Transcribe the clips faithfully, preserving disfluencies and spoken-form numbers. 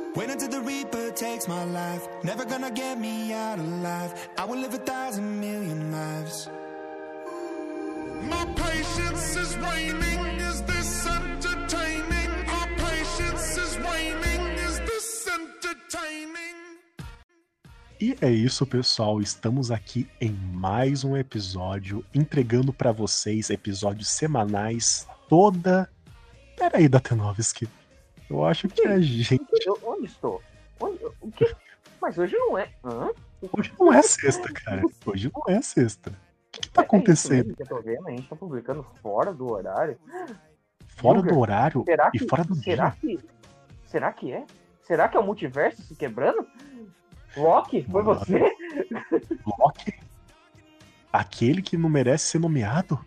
Wait until the reaper takes my life. Never gonna get me out alive. I will live a thousand million lives. My patience is waning. Is this entertaining? My patience is waning. Is this entertaining? E é isso, pessoal. Estamos aqui em mais um episódio, entregando pra vocês episódios semanais toda... Peraí, Datenovski. Eu acho que a gente... Eu, onde estou? Onde, o que? Mas hoje não é. Hã? Hoje não é sexta, cara. Hoje não é sexta. O que, que tá acontecendo? É isso mesmo que eu tô vendo, a gente tá publicando fora do horário. Fora Julger, do horário será e que, fora do será dia. Que, será que é? Será que é o multiverso se quebrando? Loki, foi Mano. você? Loki? Aquele que não merece ser nomeado?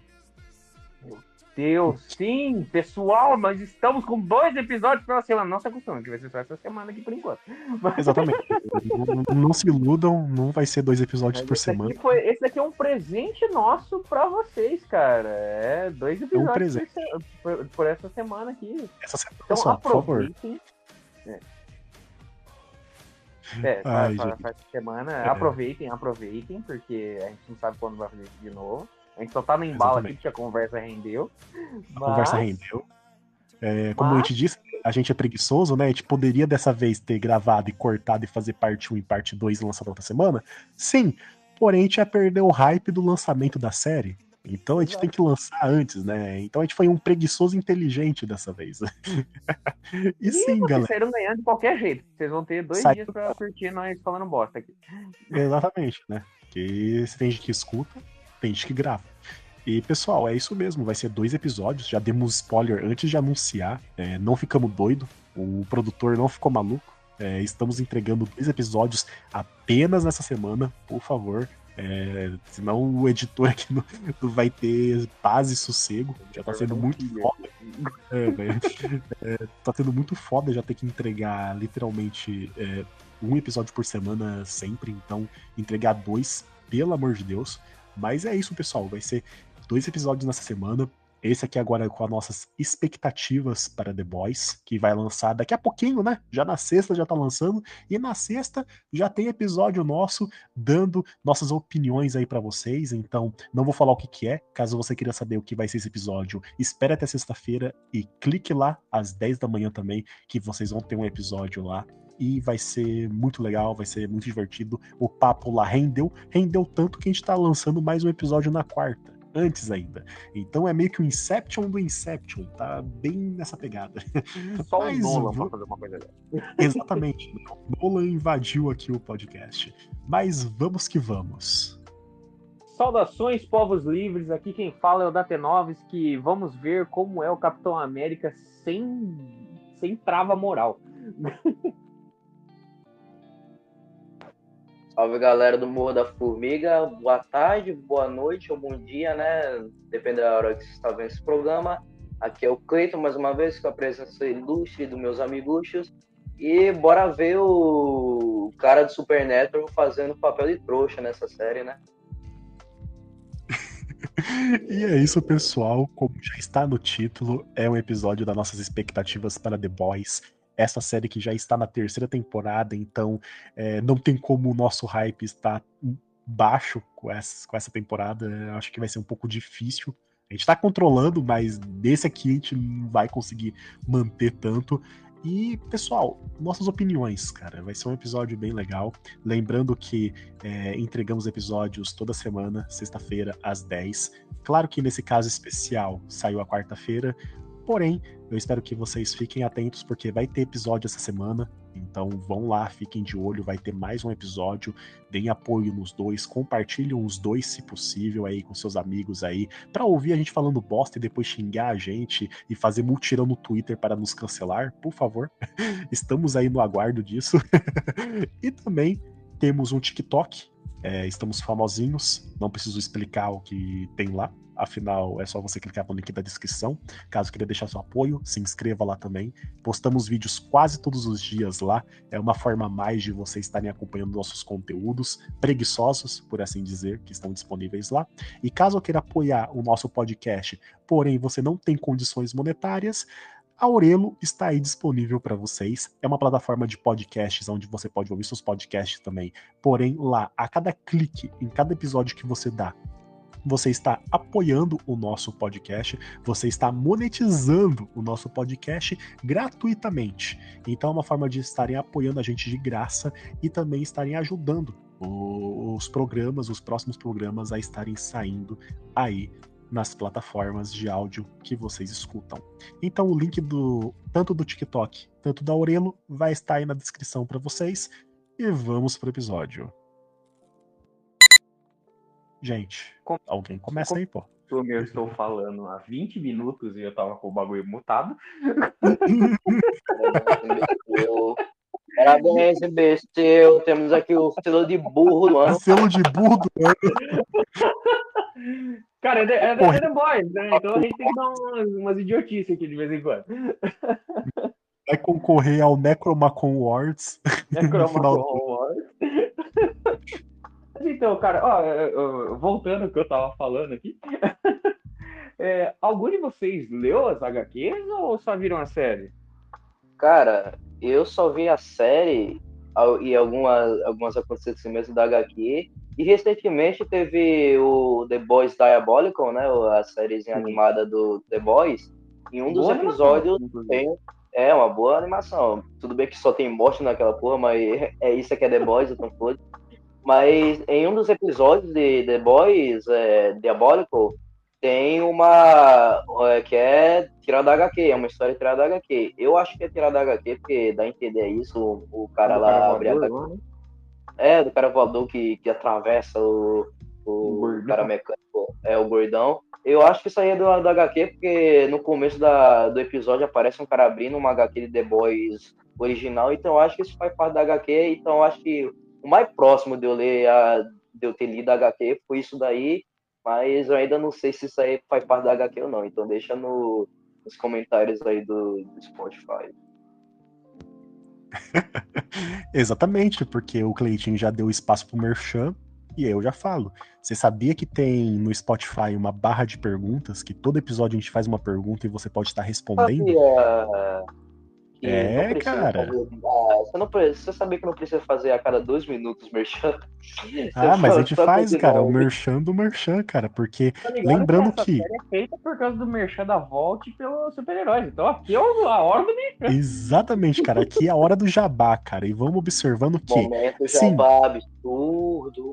Deus, sim, pessoal, nós estamos com dois episódios pela semana. Não se acostuma, que vai ser só essa semana aqui por enquanto. Mas... Exatamente. não, não se iludam, não vai ser dois episódios Mas por esse semana. Aqui foi, esse aqui é um presente nosso pra vocês, cara. É dois episódios presente. por, por, por essa semana aqui. Essa semana, Então pessoal, por favor. aproveitem. É, é Ai, faz, faz, gente. faz semana. É. Aproveitem, aproveitem, porque a gente não sabe quando vai fazer isso de novo. A gente só tá no embalo Exatamente. aqui porque a conversa rendeu. A Mas- conversa rendeu. É, como a Mas- gente disse, a gente é preguiçoso, né? A gente poderia dessa vez ter gravado e cortado e fazer parte um e parte dois lançado outra semana? Sim, porém a gente ia perder o hype do lançamento da série. Então a gente Exato. tem que lançar antes, né? Então a gente foi um preguiçoso inteligente dessa vez. e E sim, vocês galera. saíram ganhando de qualquer jeito. Vocês vão ter dois Sai- dias pra curtir nós falando bosta aqui. Exatamente, né? Porque se tem gente que escuta, tem gente que grava. E, pessoal, é isso mesmo, vai ser dois episódios, já demos spoiler antes de anunciar, é, não ficamos doidos, o produtor não ficou maluco, é, estamos entregando dois episódios apenas nessa semana, por favor, é, senão o editor aqui não, não vai ter paz e sossego, já tá sendo muito foda. É, velho. É, tá sendo muito foda já ter que entregar literalmente é, um episódio por semana sempre, então entregar dois, pelo amor de Deus. Mas é isso, pessoal, vai ser dois episódios nessa semana. Esse aqui agora com as nossas expectativas para The Boys, que vai lançar daqui a pouquinho, né? Já na sexta já tá lançando. E na sexta já tem episódio nosso dando nossas opiniões aí para vocês. Então, não vou falar o que que é. Caso você queira saber o que vai ser esse episódio, espere até sexta-feira e clique lá às dez da manhã também, que vocês vão ter um episódio lá. E vai ser muito legal, vai ser muito divertido. O papo lá rendeu, rendeu tanto que a gente tá lançando mais um episódio na quarta, antes ainda. Então é meio que o Inception do Inception, tá bem nessa pegada. Só o Mas Nolan vou- pra fazer uma coisa dessa. Exatamente. O Nolan invadiu aqui o podcast. Mas vamos que vamos. Saudações, povos livres. Aqui quem fala é o Datenovski, que vamos ver como é o Capitão América sem, sem trava moral. Salve, galera do Morro da Formiga, boa tarde, boa noite ou bom dia, né? Depende da hora que você está vendo esse programa. Aqui é o Cleiton, mais uma vez, com a presença ilustre dos meus amiguchos. E bora ver o cara do Supernatural fazendo papel de trouxa nessa série, né? E é isso, pessoal. Como já está no título, é um episódio das nossas expectativas para The Boys. Essa série que já está na terceira temporada, então é, não tem como o nosso hype estar baixo com essa, com essa temporada. Eu acho que vai ser um pouco difícil. A gente está controlando, mas nesse aqui a gente não vai conseguir manter tanto. E, pessoal, nossas opiniões, cara, vai ser um episódio bem legal. Lembrando que é, entregamos episódios toda semana, sexta-feira, às dez. Claro que nesse caso especial saiu a quarta-feira, porém, eu espero que vocês fiquem atentos, porque vai ter episódio essa semana. Então vão lá, fiquem de olho, vai ter mais um episódio. Deem apoio nos dois, compartilhem os dois, se possível, aí com seus amigos aí, pra ouvir a gente falando bosta e depois xingar a gente e fazer mutirão no Twitter para nos cancelar, por favor. Estamos aí no aguardo disso. E também temos um TikTok, é, estamos famosinhos, não preciso explicar o que tem lá. Afinal, é só você clicar no link da descrição. Caso queira deixar seu apoio, se inscreva lá também. Postamos vídeos quase todos os dias lá. É uma forma a mais de vocês estarem acompanhando nossos conteúdos preguiçosos, por assim dizer, que estão disponíveis lá. E caso queira apoiar o nosso podcast, porém você não tem condições monetárias, A Aurelo está aí disponível para vocês. É uma plataforma de podcasts onde você pode ouvir seus podcasts também. Porém, lá, a cada clique, em cada episódio que você dá, você está apoiando o nosso podcast, você está monetizando o nosso podcast gratuitamente. Então é uma forma de estarem apoiando a gente de graça e também estarem ajudando os programas, os próximos programas a estarem saindo aí nas plataformas de áudio que vocês escutam. Então o link do tanto do TikTok, tanto da Aurelo, vai estar aí na descrição para vocês. E vamos pro episódio. Gente, Com- alguém começa aí, pô. Como eu estou falando há vinte minutos e eu tava com o bagulho mutado. Eu- Parabéns, imbecil. Temos aqui o selo de burro do ano. Selo de burro do ano. Cara, é The, é The- Porra. é The Boys, né? Então a gente tem que dar umas, umas idiotices aqui de vez em quando. Vai concorrer ao Necromacon Awards. É No final do- Chroma Mas então, cara, ó, eu- eu- voltando ao que eu tava falando aqui. é, algum de vocês leu as H Qs ou só viram a série? Cara, eu só vi a série al- e algumas, alguns acontecimentos da H Q. E recentemente teve o The Boys Diabolical, né? A sériezinha Sim. animada do The Boys. Em um dos Boa episódios animação, inclusive. tem. É uma boa animação. Tudo bem que só tem morte naquela porra, mas é isso que é The Boys, então foda. Mas em um dos episódios de The Boys é, Diabolical, tem uma é, que é tirada da H Q, é uma história tirada da H Q. Eu acho que é tirada da H Q, porque dá a entender isso, o, o cara Do lá cara abre a voador, H Q. lá, né? É, do cara voador que, que atravessa o, O o gordão. cara mecânico, é o gordão. Eu acho que isso aí é do, do H Q, porque no começo da, do episódio aparece um cara abrindo uma H Q de The Boys original, então eu acho que isso faz parte da H Q, então eu acho que o mais próximo de eu ler a, de eu ter lido a H Q foi isso daí, mas eu ainda não sei se isso aí faz parte da H Q ou não, então deixa no, nos comentários aí do, do Spotify. Exatamente, porque o Cleitinho já deu espaço pro Merchan e eu já falo. Você sabia que tem no Spotify uma barra de perguntas, que todo episódio a gente faz uma pergunta e você pode estar respondendo? Sabia que É, não precisa cara. fazer- ah, você, não, pre- você sabia que não precisa fazer a cada dois minutos merchan? Ah, mas a gente Só faz, continuar cara, o ouvindo. Merchan do Merchan, cara, porque Tá ligado lembrando essa que. série é feita por causa do merchan da Volt e pelos super-heróis. Então aqui é a hora do merchan. Exatamente, cara, aqui é a hora do jabá, cara, e vamos observando que. Momento Sim. jabá absurdo.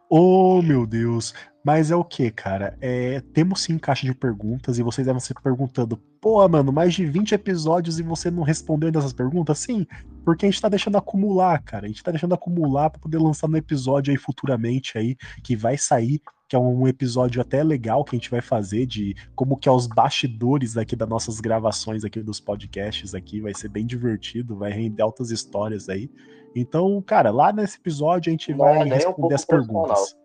Oh, meu Deus. Mas é o que, cara? É, temos sim caixa de perguntas e vocês devem se perguntando: pô, mano, mais de vinte episódios e você não respondeu ainda essas perguntas? Sim, porque a gente tá deixando acumular, cara. A gente tá deixando acumular pra poder lançar no episódio aí futuramente aí, que vai sair, que é um episódio até legal que a gente vai fazer de como que é os bastidores aqui das nossas gravações aqui dos podcasts aqui. Vai ser bem divertido, vai render altas histórias aí. Então, cara, lá nesse episódio a gente Não vai é nem um responder pouco as perguntas. profissional.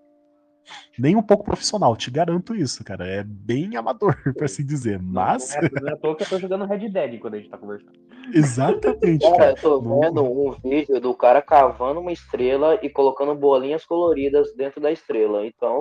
Nem um pouco profissional, te garanto isso, cara. É bem amador, pra assim dizer. Mas, Não é, não é à toa que eu tô jogando Red Dead quando a gente tá conversando. exatamente, Cara, cara. eu tô Não- vendo um vídeo do cara cavando uma estrela e colocando bolinhas coloridas dentro da estrela. Então,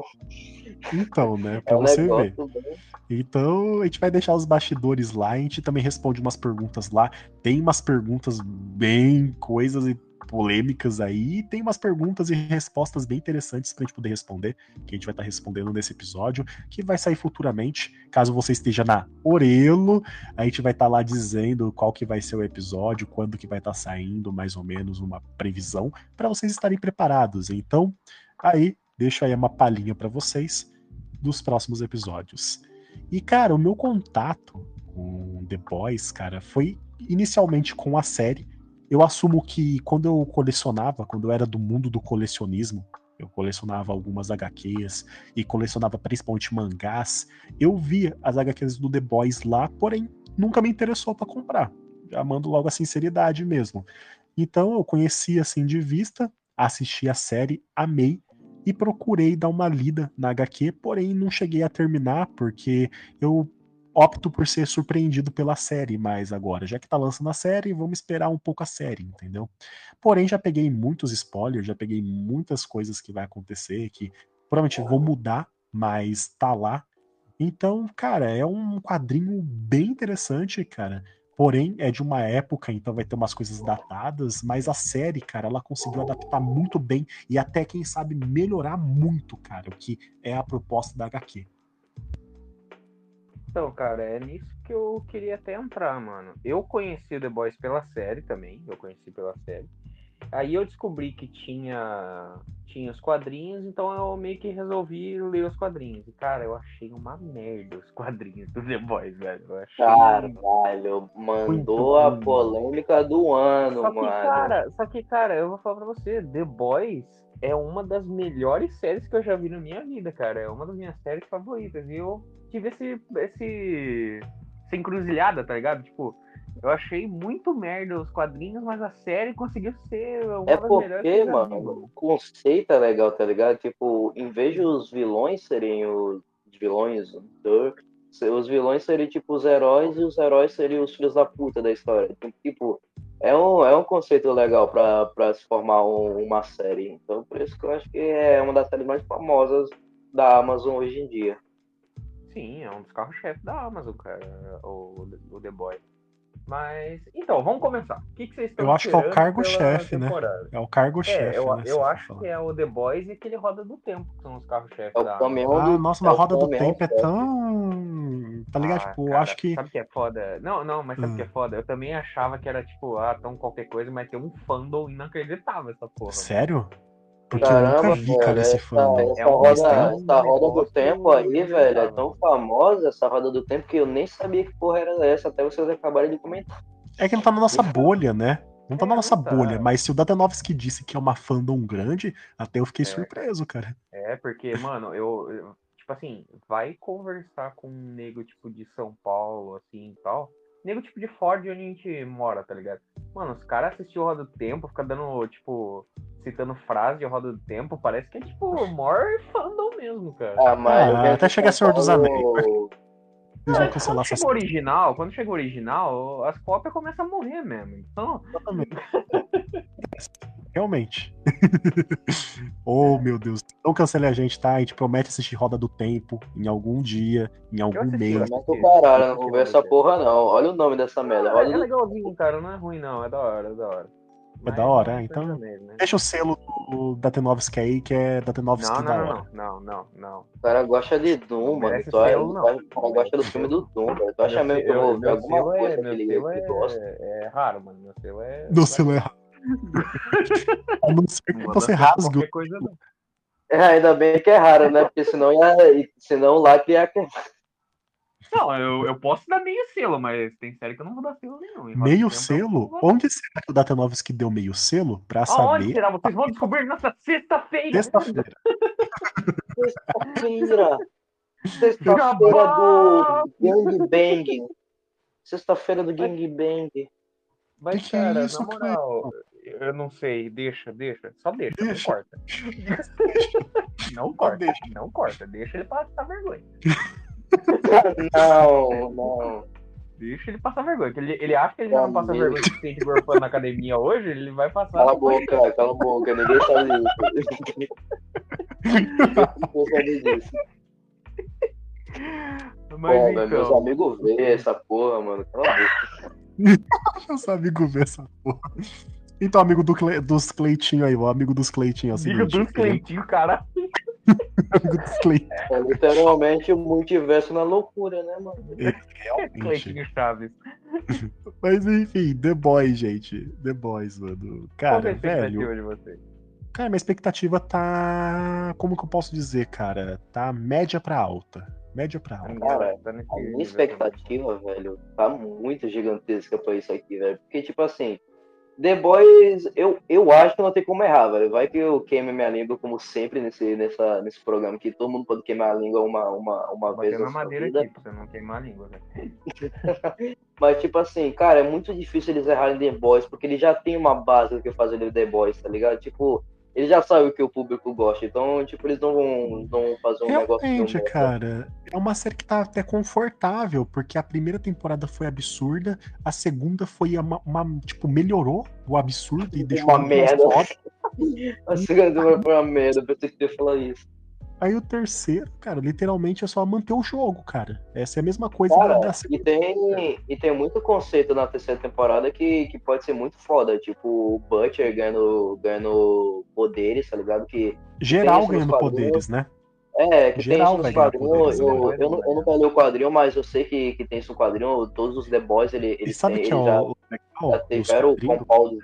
Então, né, é pra um você ver. negócio bem... Então, a gente vai deixar os bastidores lá, a gente também responde umas perguntas lá. Tem umas perguntas bem coisas e polêmicas aí, e tem umas perguntas e respostas bem interessantes pra gente poder responder, que a gente vai estar respondendo nesse episódio, que vai sair futuramente. Caso você esteja na Aurelo, a gente vai estar lá dizendo qual que vai ser o episódio, quando que vai estar saindo, mais ou menos uma previsão, para vocês estarem preparados. Então, aí, deixo aí uma palhinha para vocês dos próximos episódios. E, cara, o meu contato com The Boys, cara, foi inicialmente com a série. Eu assumo que quando eu colecionava, quando eu era do mundo do colecionismo, eu colecionava algumas H Qs e colecionava principalmente mangás, eu via as H Qs do The Boys lá, porém nunca me interessou para comprar. Já mando logo a sinceridade mesmo. Então eu conheci assim de vista, assisti a série, amei e procurei dar uma lida na H Q, porém não cheguei a terminar porque eu opto por ser surpreendido pela série mais agora. Já que tá lançando a série, vamos esperar um pouco a série, entendeu? Porém, já peguei muitos spoilers, já peguei muitas coisas que vai acontecer, que provavelmente vão mudar, mas tá lá. Então, cara, é um quadrinho bem interessante, cara, Porém, é de uma época, então vai ter umas coisas datadas, mas a série, cara, ela conseguiu adaptar muito bem e até, quem sabe, melhorar muito, cara, o que é a proposta da agá quê. Então, cara, é nisso que eu queria até entrar, mano. Eu conheci The Boys pela série também, eu conheci pela série. Aí eu descobri que tinha, tinha os quadrinhos, então eu meio que resolvi ler os quadrinhos. E, cara, eu achei uma merda os quadrinhos do The Boys, velho. Eu achei... Caralho, mandou a polêmica do ano, só que, mano. Cara, só que, cara, eu vou falar pra você, The Boys é uma das melhores séries que eu já vi na minha vida, cara. É uma das minhas séries favoritas. E eu tive esse, esse, essa encruzilhada, tá ligado? Tipo, eu achei muito merda os quadrinhos, mas a série conseguiu ser uma É das melhores que porque, eu já vi, mano, o conceito é legal, tá ligado? Tipo, em vez de os vilões serem os vilões, os vilões seriam tipo os heróis e os heróis seriam os filhos da puta da história. Tipo, é um, é um conceito legal pra, pra se formar um, uma série. Então, por isso que eu acho que é uma das séries mais famosas da Amazon hoje em dia. Sim, é um dos carros-chefes da Amazon, cara, o, o The Boys. Mas, então, vamos começar. O que, que vocês estão Eu acho que é o esperando cargo-chefe, pela né? temporada? É o cargo-chefe, É, eu, né? se eu for acho falar. que é o The Boys e aquele Roda do Tempo, que são os carros-chefes É o da caminhão Amazon. Ah, do- nossa, é mas o Roda do caminhão Tempo é chefe. tão... Tá ligado? Ah, Tipo, eu cara, acho que... sabe o que é foda? Não, não, mas sabe o que é Hum. foda? Eu também achava que era tipo, ah, tão qualquer coisa, mas tem um fandom inacreditável essa porra. Sério? Porque eu Caramba, nunca vi, cara, velho, esse essa, fandom. essa, É um- Mas roda, tem? é um essa roda do negócio tempo aí, velho, é inacreditável. tão famosa, essa roda do tempo, que eu nem sabia que porra era essa, até vocês acabarem de comentar. É que não tá na nossa Então, bolha, né? Não tá é, na nossa não tá. bolha, mas se o Datanovski disse que é uma fandom grande, até eu fiquei É. surpreso, cara. É, porque, mano, eu, eu- tipo assim, vai conversar com um nego, tipo, de São Paulo, assim, e tal. Nego, tipo, de fora de onde a gente mora, tá ligado? Mano, os caras assistiu Roda do Tempo, fica dando, tipo, citando frase de Roda do Tempo, parece que é, tipo, o maior fandom mesmo, cara. Ah, mas eu Ah, venho até de chega São Senhor dos Paulo- Anéis. Eles vão Mas cancelar quando essa chega o original, quando chega o original, as cópias começam a morrer mesmo. Então, Exatamente. Realmente. Oh, meu Deus. Não cancele a gente, tá? A gente promete assistir Roda do Tempo em algum dia, em algum assisti, mês. eu Mas assisti. o caralho, eu não vou Eu ver essa assisti. porra não. Olha o nome dessa merda. é, Roda é do... legalzinho, cara, não é ruim não, é da hora, é da hora. É Mas da hora, não então- precisa mesmo, né? Deixa o selo do Datanovski aí, que é Datanovski Não, da não, hora. não, não, não, não. O cara gosta de Doom, Não mano. merece Tu, selo, não. o cara gosta do Merece filme selo. do Doom, velho. Tu acha Meu mesmo se- que eu vou eu- ver meu alguma selo coisa é, que meu ele, selo ele gosta? é, é raro, mano. Meu selo é. No selo é raro. A não ser que Não você manda rasgue o qualquer coisa, não. É, ainda bem que é raro, né? Porque senão, ia, senão lá que ia... Não, eu, eu posso dar meio selo, mas tem série que eu não vou dar selo nenhum. Em Roda do meio Tempo, eu selo? não vou dar. Onde será que o Datanovski deu meio selo? Pra Aonde saber. será? Vocês vão descobrir nessa sexta-feira. Sexta-feira. Sexta-feira. Sexta-feira do Gangbang. Sexta-feira do Gangbang. Mas, Que que é cara, isso, na moral, eu não sei. Deixa, deixa. Só deixa, Deixa. não corta. Não corta, deixa. não corta. Deixa ele passar vergonha. Não, não. Deixa ele passar vergonha. que Ele, ele acha que ele já não passa Meu vergonha se sente gorfando na academia hoje, ele vai passar. Cala a boca, cala a boca. Ninguém sabe disso. Ninguém sabe disso. Mas Pô, então, meus amigos vê essa porra, mano. Cala a boca. Os amigos ver essa porra. Então, amigo do Cle... dos Cleitinho aí, o amigo dos Cleitinho, é o diga seguinte. dos Cleitinho, cara. Amigo dos Cleitinho. É literalmente o multiverso na loucura, né, mano? Realmente. Cleitinho Chaves. Mas enfim, The Boys, gente. The Boys, mano. Qual Cara, que é a expectativa velho. de você? Cara, minha expectativa tá. Como que eu posso dizer, cara? Tá média pra alta. Média pra alta. Cara, Tá nesse A minha nível expectativa, velho, tá muito gigantesca pra isso aqui, velho. Porque, tipo assim, The Boys, eu, eu acho que não tem como errar, velho. Vai que eu queime minha língua, como sempre, nesse, nessa, nesse programa aqui. Todo mundo pode queimar a língua uma, uma, uma também. vez Batendo na na sua madeira vida. aqui, pra você não queimar a língua, velho. Mas, tipo assim, cara, é muito difícil eles errarem The Boys, porque eles já tem uma base do que fazer de The Boys, tá ligado? Tipo, eles já sabem o que o público gosta. Então, tipo, eles não vão, vão fazer um negócio Realmente, novo. cara, é uma série que tá até confortável, porque a primeira temporada foi absurda, a segunda foi uma, uma- tipo, melhorou o absurdo e deixou Uma muito mais merda. foda. A segunda temporada foi uma merda, eu pensei que ia falar isso. Aí o terceiro, cara, literalmente é só manter o jogo, cara. Essa é a mesma coisa Cara, da, da e tem, e tem muito conceito na terceira temporada que, que pode ser muito foda. Tipo, o Butcher ganhando, ganhando poderes, tá ligado? Que, que tem geral isso nos ganhando quadrinhos. poderes, né? É, que tem isso Geral nos vai ganhar quadrinhos. poderes, Eu, cara. eu, eu, nunca li o quadrinho, mas eu sei que, que tem isso no quadrinho. Todos os The Boys, ele, E eles, sabe têm, o que é eles já, o o já legal dos tiveram o quadrinhos? Compound.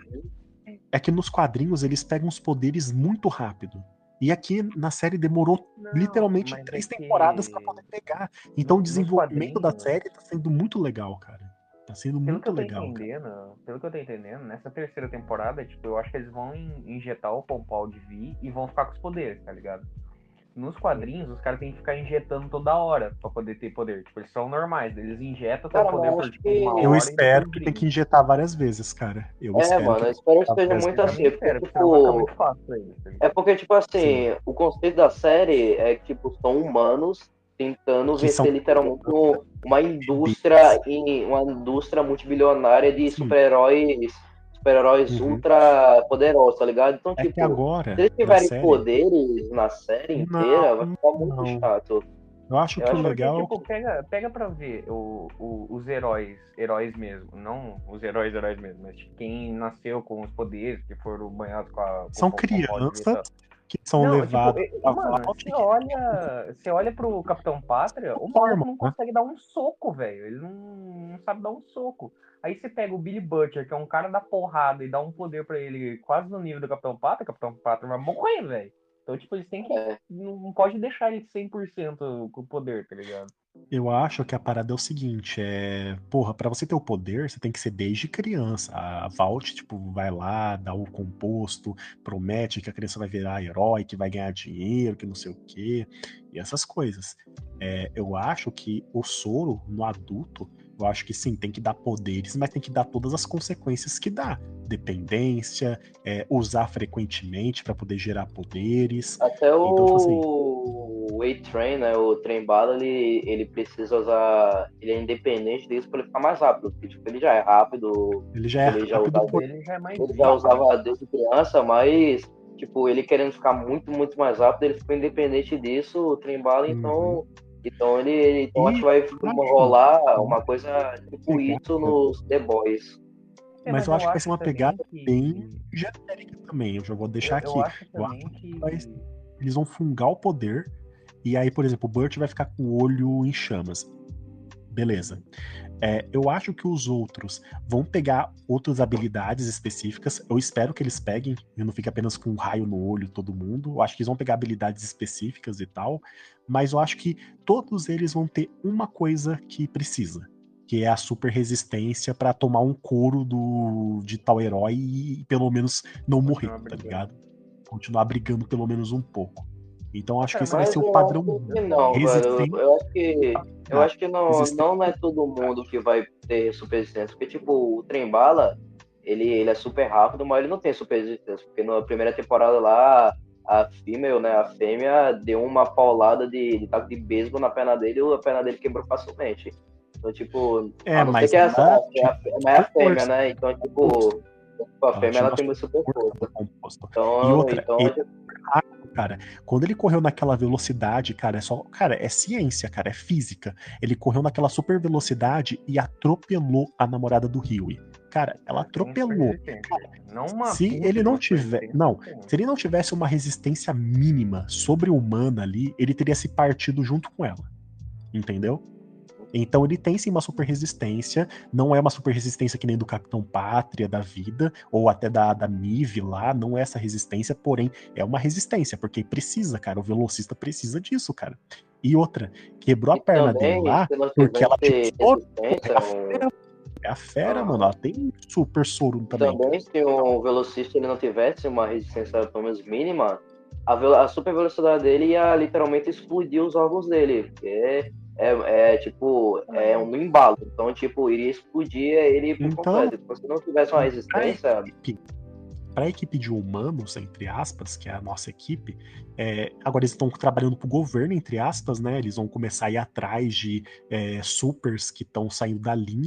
É que nos quadrinhos eles pegam os poderes muito rápido. E aqui na série demorou Não, literalmente mas é três temporadas pra que poder pegar. Então o no- nos desenvolvimento da quadrinhos, série tá sendo muito legal, cara. Tá sendo pelo que muito eu tô legal, cara. entendendo, pelo que eu tô entendendo, nessa terceira temporada, tipo, eu acho que eles vão in- injetar o Compound V e vão ficar com os poderes, tá ligado? Nos quadrinhos, os caras têm que ficar injetando toda hora pra poder ter poder. Tipo, eles são normais, eles injetam tem Cara, poder mas por acho tipo, uma que. Eu hora e espero depois que tem que brilha. injetar várias vezes, cara. Eu É, espero mano, que eu tem que espero que injetar seja várias muito Eu vezes. assim. também Porque, espero, porque senão vai ficar tipo. muito fácil pra eles, tá É ligado? porque, tipo Sim. assim, o conceito da série é que, tipo, são humanos tentando Que são vencer literalmente um- uma indústria, em- uma indústria multibilionária de Sim. super-heróis, super-heróis Uhum. ultra poderosos, tá ligado? Então, É que tipo, se agora, eles na tiverem série. poderes na série inteira, vai Não, ficar muito não. chato. Eu acho Eu que o acho Porque, legal é o tipo, que. pega, pega pra ver o, o- os heróis, heróis mesmo. Não os heróis, heróis mesmo, mas tipo, quem nasceu com os poderes, que foram banhados com a com, São com, com pó de crianças vida. que são Não, tipo, levadas e- pra mano, Vault. você olha, você olha pro Capitão Pátria, o maluco Forma, não né? consegue dar um soco, velho. Ele não, não sabe dar um soco. Aí você pega o Billy Butcher, que é um cara da porrada, e dá um poder pra ele quase no nível do Capitão Pátria, o Capitão Pátria vai morrer, velho. Então, tipo, eles têm que. É, Não pode deixar ele cem por cento com o poder, tá ligado? Eu acho que a parada é o seguinte, é, porra, pra você ter o poder, você tem que ser desde criança. A Vault, tipo, vai lá, dá o composto, promete que a criança vai virar herói, que vai ganhar dinheiro, que não sei o quê, e essas coisas. É, eu acho que o soro no adulto, eu acho que sim, tem que dar poderes, mas tem que dar todas as consequências que dá. Dependência, é, usar frequentemente pra poder gerar poderes. até Então, tipo assim, o A-Train, né, o trem bala, ele, ele precisa usar. Ele é independente disso pra ele ficar mais rápido. Porque, tipo, ele já é rápido, ele já é ele já rápido usava, por Ele já é mais ele já vivo. usava desde criança, mas, tipo, ele querendo ficar muito, muito mais rápido, ele ficou independente disso, o trem bala, Uhum. então. Então ele. ele- Então acho E que vai acho, rolar eu uma coisa tipo pegada, isso nos The Boys. É, mas mas eu eu acho que vai ser acho uma também pegada que. bem genérica também. Eu já vou deixar Eu, eu aqui. acho Eu acho também que que. vai- eles vão fungar o poder. E aí, por exemplo, o Burt vai ficar com o olho em chamas. Beleza. É, eu acho que os outros vão pegar outras habilidades específicas. Eu espero que eles peguem e não fique apenas com um raio no olho todo mundo. Eu acho que eles vão pegar habilidades específicas e tal. Mas eu acho que todos eles vão ter uma coisa que precisa, que é a super resistência pra tomar um couro do, de tal herói e pelo menos não morrer, Continuar tá brigando. ligado? Continuar brigando pelo menos um pouco. Então eu acho que Cara, esse vai Mas ser o eu padrão acho que não, velho. resistência. Eu acho que, eu acho que não, Resistência. não é todo mundo que vai ter super resistência. Porque, tipo, o trem bala, ele, ele é super rápido, mas ele não tem super resistência. Porque na primeira temporada lá, a female, né, a fêmea, deu uma paulada de, de taco de beisebol na perna dele e a perna dele quebrou facilmente. Então, tipo, É, a não ser mas que essa, ela a, tinha a, mas é a fêmea, força. né? Então, tipo, a Ela fêmea tinha ela uma tem muito super força do força. composto. E Então, outra, então ele é rápido, cara. Quando ele correu naquela velocidade, cara, é só. Cara, é ciência, cara, é física. Ele correu naquela super velocidade e atropelou a namorada do Huey. Cara, ela Tem super atropelou. resistência. Não uma Se puta ele de não uma super tiver. resistência, Não, tem. se ele não tivesse uma resistência mínima sobre-humana ali, ele teria se partido junto com ela. Entendeu? Então ele tem sim uma super resistência, não é uma super resistência que nem do Capitão Pátria da vida, ou até da, da Nive lá, não é essa resistência, porém é uma resistência, porque precisa, cara, o velocista precisa disso, cara. E outra, quebrou a e perna dele também, lá, se não porque ela tinha tivesse soro, resistência, é a um, fera, é a fera, mano, ah, ela tem super soro e também, cara. também se o velocista ele não tivesse uma resistência pelo menos mínima, a, velo- a super velocidade dele ia literalmente explodir os órgãos dele, porque é, é, é, tipo, é um embalo, então tipo, iria explodir ele por Então, completo. Então, se não tivesse uma pra resistência, equipe, para a equipe de humanos, entre aspas, que é a nossa equipe, é, agora eles estão trabalhando para o governo, entre aspas, né? Eles vão começar a ir atrás de é, supers que estão saindo da linha,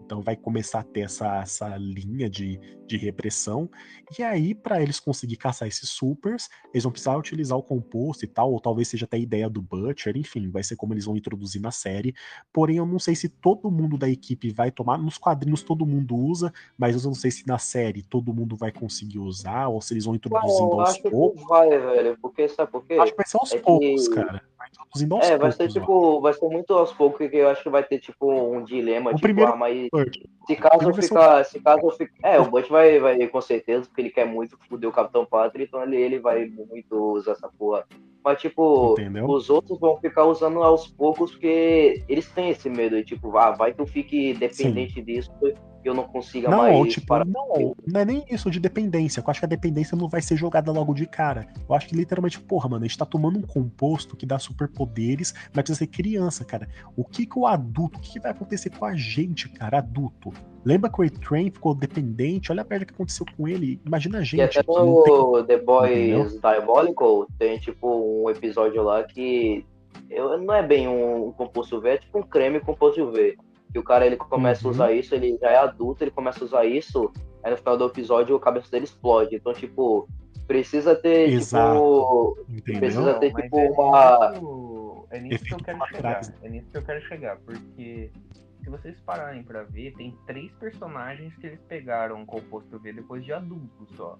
Então vai começar a ter essa, essa linha de, de repressão. E aí, para eles conseguir caçar esses supers, eles vão precisar utilizar o composto e tal, ou talvez seja até a ideia do Butcher, enfim, vai ser como eles vão introduzir na série. Porém, eu não sei se todo mundo da equipe vai tomar. Nos quadrinhos todo mundo usa, mas eu não sei se na série todo mundo vai conseguir usar, ou se eles vão introduzindo Eu aos acho que poucos. vai, velho. Porque, sabe por quê? Acho que vai ser aos É poucos, que cara. Vai introduzindo aos É, vai poucos. ser ó. tipo, vai ser muito aos poucos, porque eu acho que vai ter tipo um dilema, O tipo, primeiro. ah, mas Butch, se o caso primeiro vai ser o- ficar, se caso ficar, é, o Butch vai, vai com certeza, porque ele quer muito foder o Capitão Pátria, então ele, ele vai muito usar essa porra. Mas tipo, Entendeu? os outros vão ficar usando aos poucos, porque eles têm esse medo, e, tipo, ah, vai que eu fique dependente disso e eu não consiga Não, mais tipo, parar. não, não é nem isso de dependência. Eu acho que a dependência não vai ser jogada logo de cara. Eu acho que literalmente, porra, mano, a gente tá tomando um composto que dá superpoderes, mas precisa ser criança, cara. O que que o adulto, o que, que vai acontecer com a gente, cara, adulto? Lembra que o A-Train ficou dependente? Olha a merda que aconteceu com ele. Imagina a E gente. até que não tem- no The Boys Entendeu? Diabolical tem tipo um episódio lá que eu, não é bem um, um composto V, é tipo um creme composto V. Que o cara ele começa Uhum. a usar isso, ele já é adulto, ele começa a usar isso, aí no final do episódio a cabeça dele explode. Então, tipo, precisa ter, Exato. tipo. Entendeu? Precisa ter, mas tipo, é uma. nisso, é nisso que eu Efeito quero colaterais. chegar. É nisso que eu quero chegar, porque se vocês pararem pra ver, tem três personagens que eles pegaram o composto V depois de adultos só.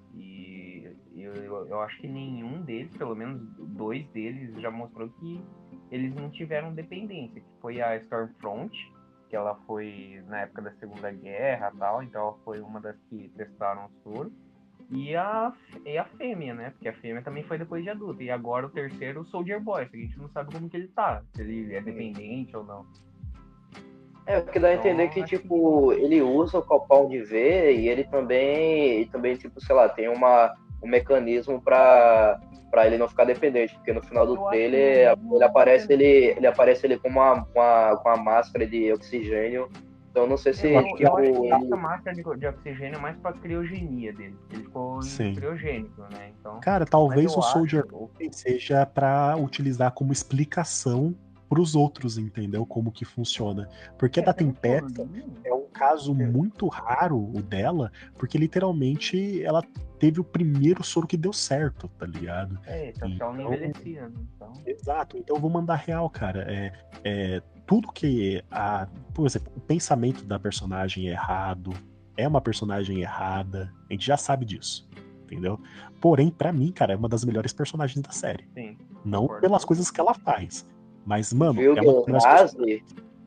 E eu, eu, eu acho que nenhum deles, pelo menos dois deles, já mostrou que eles não tiveram dependência. Que foi a Stormfront, que ela foi na época da Segunda Guerra e tal, então ela foi uma das que testaram o soro. E a, e a fêmea, né? Porque a fêmea também foi depois de adulta. E agora o terceiro, o Soldier Boy. A gente não sabe como que ele tá. Se ele é dependente ou não. É, o que dá a entender Então, que, acho tipo, ele usa o copão de V e ele também, ele também tipo, sei lá, tem uma, um mecanismo pra, pra ele não ficar dependente, porque no final do Eu acho trailer que não- ele aparece ele, ele aparece ele com uma, uma, com uma máscara de oxigênio, então eu não sei se, Eu, tipo, eu acho que ele- essa máscara de, de oxigênio é mais pra criogenia dele. Ele ficou Sim. criogênico, né? Então, Cara, talvez eu o Soldier acho- Boy seja pra utilizar como explicação pros outros, entendeu? Como que funciona. Porque É, da pelo Tempesta sorinho, é um caso É. muito raro o dela, porque literalmente ela teve o primeiro soro que deu certo, tá ligado? É, só que ela não Então- envelhecia, né? Então, Exato, então eu vou mandar real, cara. É, é, tudo que a. Por exemplo, o pensamento da personagem é errado, é uma personagem errada, a gente já sabe disso, entendeu? Porém, pra mim, cara, é uma das melhores personagens da série. sim. Não Concordo. pelas coisas que ela faz, mas, mano, viu é que uma o das melhores Nazi,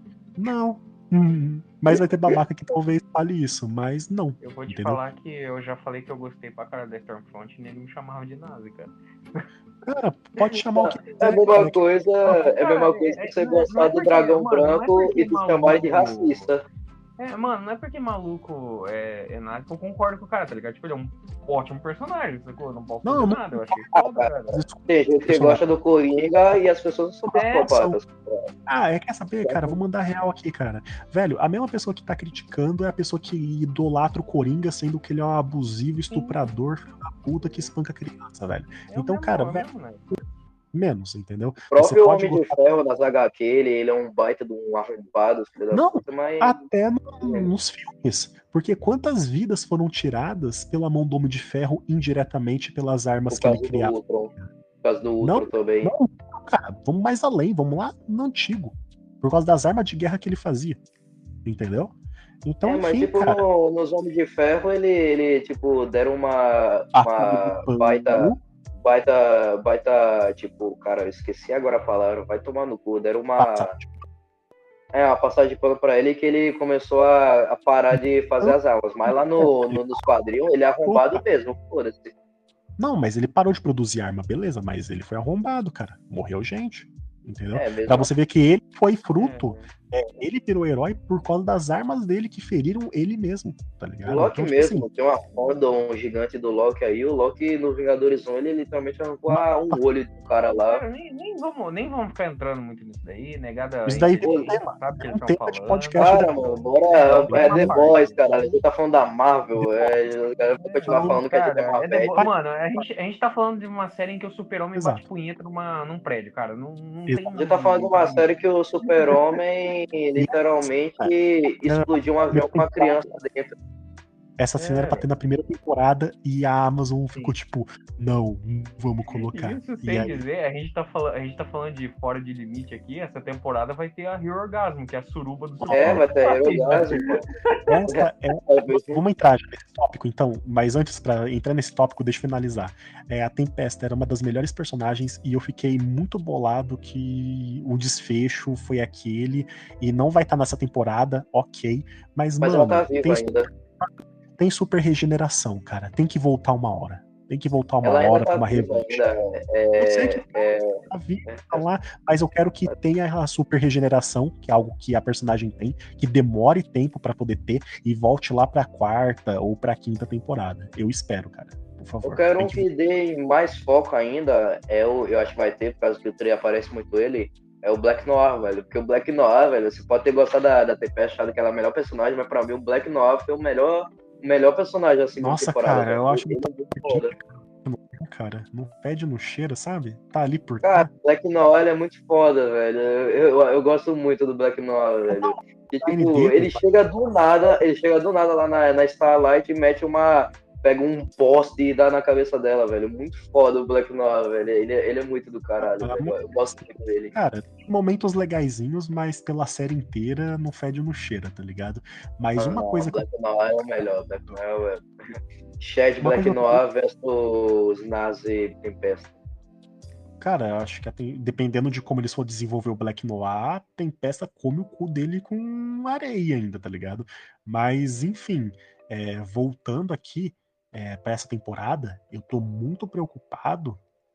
Não. Hum, mas vai ter babaca que talvez fale isso, mas não. Eu vou te Entendeu? falar que eu já falei que eu gostei pra cara da Stormfront e ele me chamava de Nazi, cara. Cara, pode chamar o que é a quiser. cara, mesma que- coisa, é a mesma Cara, coisa é- que você não é- não gostar é do porque- dragão mano, não é branco porque e tu chamar de maluco- racista. É, mano, não é porque maluco é, é nada que eu concordo com o cara, tá ligado? Tipo, ele é um ótimo personagem, sacou? Eu não posso Não, fazer não- nada, eu achei foda, cara. Desculpa. Tem gente que Personagem. gosta do Coringa e as pessoas são É, psicopatas. Ah, é, quer saber, cara? Vou mandar real aqui, cara. Velho, a mesma pessoa que tá criticando é a pessoa que idolatra o Coringa, sendo que ele é um abusivo, estuprador, filho da puta que espanca criança, velho. É o Então, mesmo, cara, é o velho, mesmo, né? menos, entendeu? O próprio Você pode Homem de gostar- Ferro nas H Q, ele, ele é um baita de um arrombado, filho da Não, puta, mas Até no- nos filmes. Porque quantas vidas foram tiradas pela mão do Homem de Ferro indiretamente pelas armas por que ele causa do criava? Ultron. Por causa do Não, Ultron também. Não, cara, vamos mais além, vamos lá no antigo. Por causa das armas de guerra que ele fazia. Entendeu? Então, é, mas enfim, tipo, cara. no- nos Homens de Ferro, ele, ele tipo, deram uma, a uma Folha do baita, Pano, baita, baita, tipo, cara, eu esqueci agora a palavra, vai tomar no cu, deram uma, passagem. é, uma passagem de pano pra ele que ele começou a, a parar de fazer as armas, mas lá no, no- nos quadrinhos, ele é arrombado mesmo, foda-se. Não, mas ele parou de produzir arma, beleza, mas ele foi arrombado, cara. Morreu gente. Entendeu? É, mesmo. Pra você ver que ele foi fruto, É, é, ele virou herói por causa das armas dele que feriram ele mesmo, tá O ligado? Loki Então, tipo mesmo, assim, tem uma foda, um gigante do Loki aí, o Loki no Vingadores um, ele literalmente arrancou a- um olho do cara lá. Cara, nem, nem, vamos, nem vamos ficar entrando muito nisso daí, negada. Isso daí a gente tem um tema, sabe o que tem eles um estão tema de falando. podcast. Cara, mano, bora, Tem é uma The parte. Boys, cara, a gente tá falando da Marvel, é, o cara vai continuar Não, falando que a gente é Cara, uma é The velha. Boys- mano, a gente, a gente tá falando de uma série em que o super-homem Exato. bate punheta numa, num prédio, cara. Não, não Exato. tem. A gente tá falando de uma série que o super-homem, querem literalmente explodir um avião com uma criança dentro. Essa cena É. era pra ter na primeira temporada e a Amazon ficou tipo, não, não vamos colocar. Isso E sem aí, dizer, a gente, tá falando, a gente tá falando de Fora de Limite aqui, essa temporada vai ter a Hero Orgasmo, que é a suruba do São É, Paulo. vai ter aerogasmo. essa é Vamos entrar já nesse tópico, então. Mas antes, pra entrar nesse tópico, deixa eu finalizar. É, a Tempesta era uma das melhores personagens e eu fiquei muito bolado que o desfecho foi aquele e não vai estar nessa temporada, ok. Mas, Mas mano, ela tá viva tem, ainda. tem super regeneração, cara. Tem que voltar uma hora. Tem que voltar uma Ela ainda hora tá pra uma viva revanche. ainda. Eu sei É, que é, tá viva tá lá, mas eu quero que tenha a super regeneração, que é algo que a personagem tem, que demore tempo pra poder ter e volte lá pra quarta ou pra quinta temporada. Eu espero, cara. Por favor. eu quero Tem um que dê mais foco ainda. É o, eu acho que vai ter, por causa que o Trey aparece muito ele. É o Black Noir, velho. Porque o Black Noir, velho, você pode ter gostado da, da T P, achado que ela é a melhor personagem, mas pra mim o Black Noir foi o melhor, o melhor personagem assim da Nossa, temporada. cara, velho. eu acho Ele que é muito foda. cara, não pede, não cheira, sabe? Tá ali por Cara, tá. o Black Noir é muito foda, velho. Eu, eu, eu gosto muito do Black Noir, velho. E, Ele tipo, dele, ele chega do nada, ele chega do nada lá na, na Starlight e mete uma. Pega um poste e dá na cabeça dela, velho. Muito foda o Black Noir, velho. Ele, ele é muito do caralho, Ah, velho. Eu gosto muito dele. Cara, tem momentos legaisinhos, mas pela série inteira não fede, não cheira, tá ligado? Mas Ah, uma não, coisa que Black Noir é o melhor. Black Noir é o. Shed Uma Black coisa que eu- Noir versus Nazi Tempesta. Cara, eu acho que até- dependendo de como eles for desenvolver o Black Noir, a Tempesta come o cu dele com areia ainda, tá ligado? Mas, enfim, é, voltando aqui é, para essa temporada, eu tô muito preocupado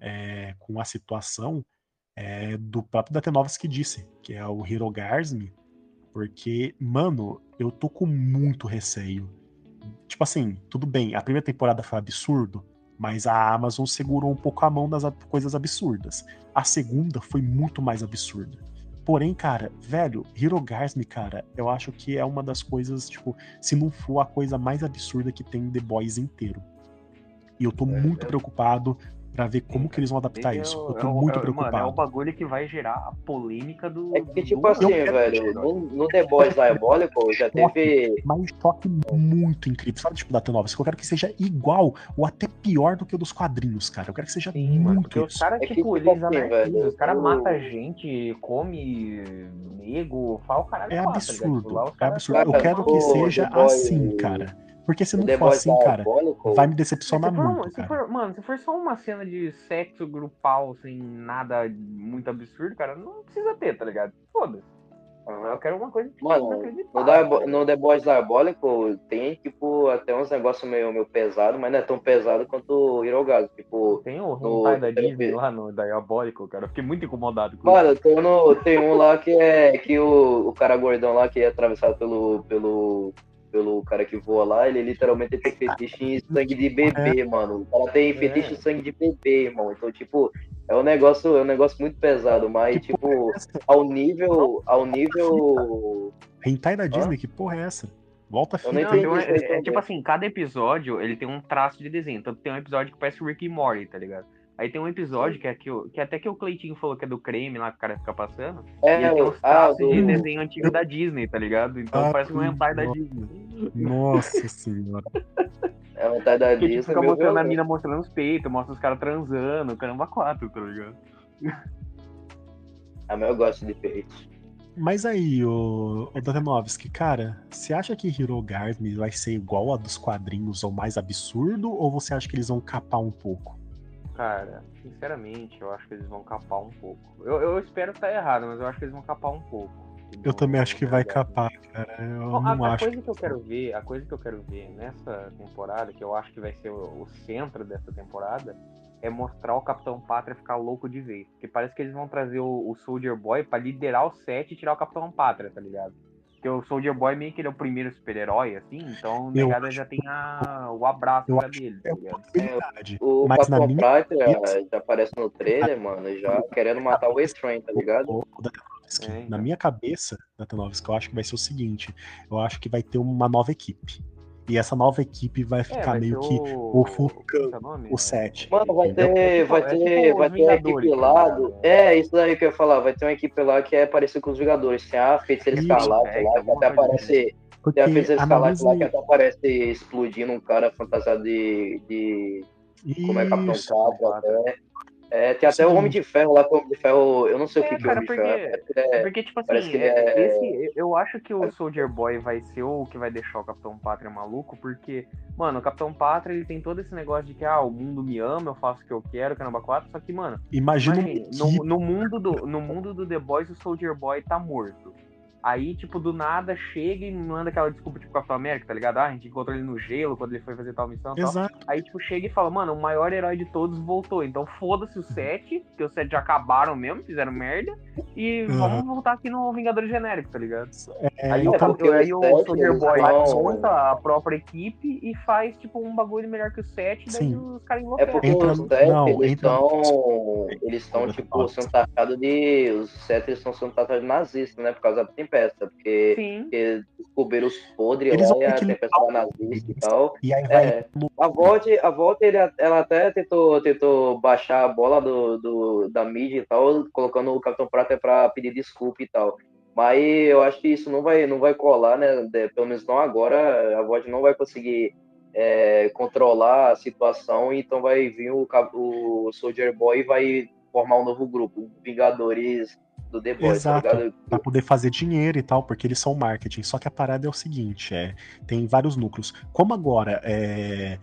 é, com a situação é, do próprio Datenovski disse, que é o Hirogasmi, porque, mano, eu tô com muito receio. Tipo assim, tudo bem, a primeira temporada foi absurdo, mas a Amazon segurou um pouco a mão das ab- coisas absurdas. A segunda foi muito mais absurda. Porém, cara, velho, Hirogasmi, cara, eu acho que é uma das coisas, tipo, se não for a coisa mais absurda que tem em The Boys inteiro. E eu tô muito é- preocupado pra ver como Sim, que eles vão adaptar Esse é isso. o- Eu tô é o- muito é o- Mano, é o preocupado. bagulho que vai gerar a polêmica do. É que, do tipo ano, assim, né? velho, no, no The Boys Diabolical já teve. Mas um choque muito incrível. Sabe, tipo, da T nove? Eu quero que seja igual ou até pior do que o dos quadrinhos, cara. Eu quero que seja Sim, mano, muito porque os isso. caras, É que, tipo, tipo eles assim, anarquizam, velho, os caras o- matam gente, come nego, fala o caralho É quatro, tá ligado? Tipo, absurdo. lá os É caras absurdo. Eu Cara, quero o que seja The Boys- assim, cara. Porque se o não The for Boys assim, cara, Diabolical. vai me Se decepcionar for, um- muito, se cara. for- mano, se for só uma cena de sexo grupal, sem nada muito absurdo, cara, não precisa ter, tá ligado? Foda-se. Eu quero uma coisa tipo, Mano, inacreditável, no, tá Diabo- ligado? no The Boys Diabolical tem, tipo, até uns negócios meio, meio pesado, mas não é tão pesado quanto o Hirogazu. Tipo, Tem o no- hentai da no- Disney lá no Diabólico, cara. Eu fiquei muito incomodado com Mano, isso. tem, no- tem um lá que é que o, o cara gordão lá que é atravessado pelo, pelo, pelo cara que voa lá, ele literalmente tem fetiche em sangue de bebê, mano. O cara tem fetiche em sangue de bebê, irmão. Então, tipo, é um negócio, é um negócio muito pesado, mas, Que tipo, ao nível. Ao nível. Hentai da Disney, que porra é essa? Volta a Eu fita. não Não, tem um- entendi é, isso é também. tipo assim, cada episódio ele tem um traço de desenho. Tanto tem um episódio que parece o Rick e Morty, tá ligado? Aí tem um episódio que, é que, o- que até que o Cleitinho falou que é do creme lá que o cara fica passando. É, e ele tem uns ah, traços do- de desenho antigo da Disney, tá ligado? Então Ah, parece um hentai da nossa. Disney. Nossa senhora. É vontade da Que tipo, Disney, fica meu mostrando a violento. mina mostrando os peitos, mostra os caras transando, caramba, quatro, tá ligado? Ah, mas eu gosto de peitos. Mas aí, o, o Datenovski, cara, você acha que Hirogasmi vai ser igual a dos quadrinhos ou mais absurdo? Ou você acha que eles vão capar um pouco? Cara, sinceramente, eu acho que eles vão capar um pouco. Eu, eu espero estar errado, mas eu acho que eles vão capar um pouco. Eu No- também acho que no vai Hirogasmi. capar, cara. Eu Bom, não a, a acho. coisa que eu quero ver, a coisa que eu quero ver nessa temporada, que eu acho que vai ser o, o centro dessa temporada, é mostrar o Capitão Pátria ficar louco de vez. Porque parece que eles vão trazer o, o Soldier Boy pra liderar o set e tirar o Capitão Pátria, tá ligado? Porque o Soldier Boy meio que ele é o primeiro super-herói, assim, então o Eu negada já tem a, o abraço eu já acho dele, É tá uma ligado? possibilidade. O Mas na Capitão minha Pátria cabeça- já aparece no trailer, mano, já querendo matar o E-Train, tá ligado? O- o Datenovski, É, então. Na minha cabeça, Datenovski, eu acho que vai ser o seguinte: eu acho que vai ter uma nova equipe. E essa nova equipe vai É, ficar vai meio ser que o. ofuscando Qual é o nome? o set. Mano, vai entendeu? ter, vai É ter, tipo vai os ter a Vingadores, equipe tá lá ligado? do... É, isso daí que eu ia falar. Vai ter uma equipe lá que é parecida com os Vingadores. Tem a Feiticeira Isso. Escarlate Effect, lá, que alguma até coisa assim. aparece... Tem a Porque Feiticeira Escarlate lá, que analise até aparece explodindo um cara fantasiado de... de... Como é Capitão isso. Pátria, Pátria. até. É, tem É o até o Homem seguinte, de Ferro lá, que o Homem de Ferro... Eu não sei o que É, que é o cara, Homem de Ferro é. porque. Parece que ele é... Porque, tipo Parece assim, que ele é- é... esse. Eu acho que o Soldier Boy vai ser o que vai deixar o Capitão Pátria maluco, porque, mano, o Capitão Pátria ele tem todo esse negócio de que, ah, o mundo me ama, eu faço o que eu quero, caramba quatro, só que, mano, imagina uma imagine, equipe. no, no, mundo do, no mundo do The Boys, o Soldier Boy tá morto. Aí, tipo, do nada chega e manda aquela desculpa, tipo, Capitão América, tá ligado? Ah, a gente encontrou ele no gelo quando ele foi fazer tal missão e tal. Exato. Aí, tipo, chega e fala, mano, o maior herói de todos voltou. Então foda-se os sete, porque os sete já acabaram mesmo, fizeram merda. E Uhum. vamos voltar aqui no Vingadores Genérico, tá ligado? É, aí então, o, aí o sete, Soldier eles Boy vão- monta a própria equipe e faz, tipo, um bagulho melhor que o sete, daí Sim. os caras É enlouquecem. porque Entra os no- sete, não, eles entra no- estão. Eles estão, Desculpa, tipo, fala. sendo taxados de. Os sete eles estão sendo taxados de nazistas, né? Por causa da tempesta. Porque, Sim. porque descobriram os podres Eles lá vão e ter a que tempesta limpar era o nazista e país, tal. e aí vai É. no- A Volt, a Volt ele, ela até tentou, tentou baixar a bola do, do, da mídia e tal, colocando o Capitão Prata pra pedir desculpa e tal. Mas eu acho que isso não vai, não vai colar, né? De- pelo menos não agora. A Volt não vai conseguir é, controlar a situação, então vai vir o, Cap- o Soldier Boy e vai formar um novo grupo, Vingadores do The Boys, Exato, tá ligado? pra poder fazer dinheiro e tal, porque eles são marketing. Só que a parada é o seguinte, é, tem vários núcleos. Como agora é,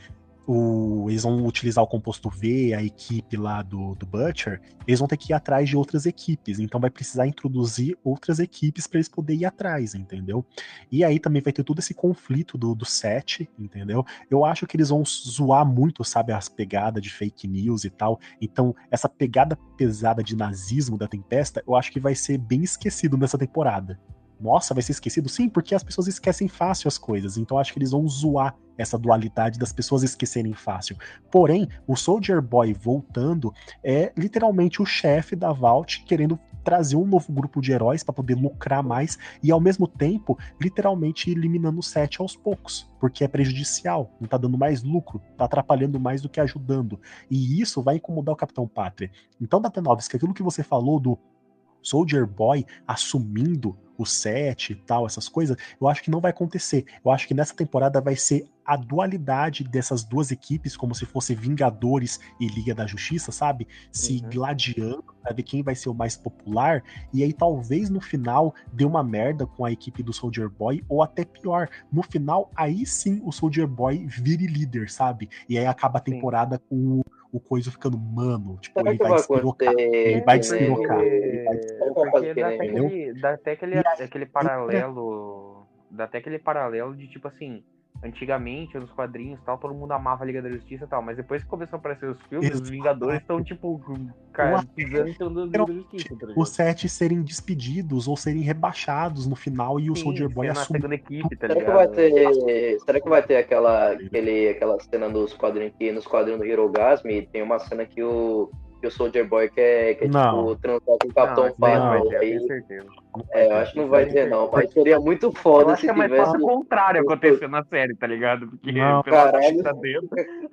o, eles vão utilizar o composto V, a equipe lá do, do Butcher, eles vão ter que ir atrás de outras equipes. Então vai precisar introduzir outras equipes para eles poderem ir atrás, entendeu? E aí também vai ter todo esse conflito do, do set, entendeu? Eu acho que eles vão zoar muito, sabe, as pegadas de fake news e tal. Então, essa pegada pesada de nazismo da Tempesta, eu acho que vai ser bem esquecido nessa temporada. Nossa, vai ser esquecido? Sim, porque as pessoas esquecem fácil as coisas. Então, acho que eles vão zoar essa dualidade das pessoas esquecerem fácil. Porém, o Soldier Boy voltando é literalmente o chefe da Vault querendo trazer um novo grupo de heróis para poder lucrar mais e, ao mesmo tempo, literalmente eliminando o set aos poucos, porque é prejudicial, não tá dando mais lucro, tá atrapalhando mais do que ajudando. E isso vai incomodar o Capitão Pátria. Então, Datenovski, aquilo que você falou do Soldier Boy assumindo o set e tal, essas coisas, eu acho que não vai acontecer. Eu acho que nessa temporada vai ser a dualidade dessas duas equipes, como se fosse Vingadores e Liga da Justiça, sabe? Se Uhum. gladiando pra ver quem vai ser o mais popular, e aí talvez no final dê uma merda com a equipe do Soldier Boy, ou até pior, no final, aí sim o Soldier Boy vire líder, sabe? E aí acaba a Sim. temporada com o, o coisa ficando humano, tipo, Será ele que vai vai despirocar. acontecer Ele vai que nem- despirocar. Ele vai Será que vai Porque fazer que dá nem- até entendeu? aquele, dá até aquele, E aí, aquele paralelo. Dá até aquele paralelo de tipo assim. Antigamente, nos quadrinhos e tal, todo mundo amava a Liga da Justiça e tal, mas depois que começou a aparecer os filmes, os Exato. Vingadores estão, tipo, cara, Ué, pisando em cima da Liga da Justiça, tá ligado? os sete serem despedidos ou serem rebaixados no final e o Sim, Soldier Boy sendo a assumir. segunda equipe, tá Será que ligado? vai ter. Será que vai ter aquela, aquele, aquela cena dos quadrinhos que nos quadrinhos do Hirogasm tem uma cena que o, que o Soldier Boy quer, quer Não. tipo, transar com o Capitão Não, isso daí não vai Pátria. ter, eu tenho Aí, certeza. é, eu acho que não vai ter, não. Mas seria muito Eu foda acho se que é mais tivesse. fácil o contrário acontecer na série, tá ligado? Porque Não, pelo caralho. que tá dentro.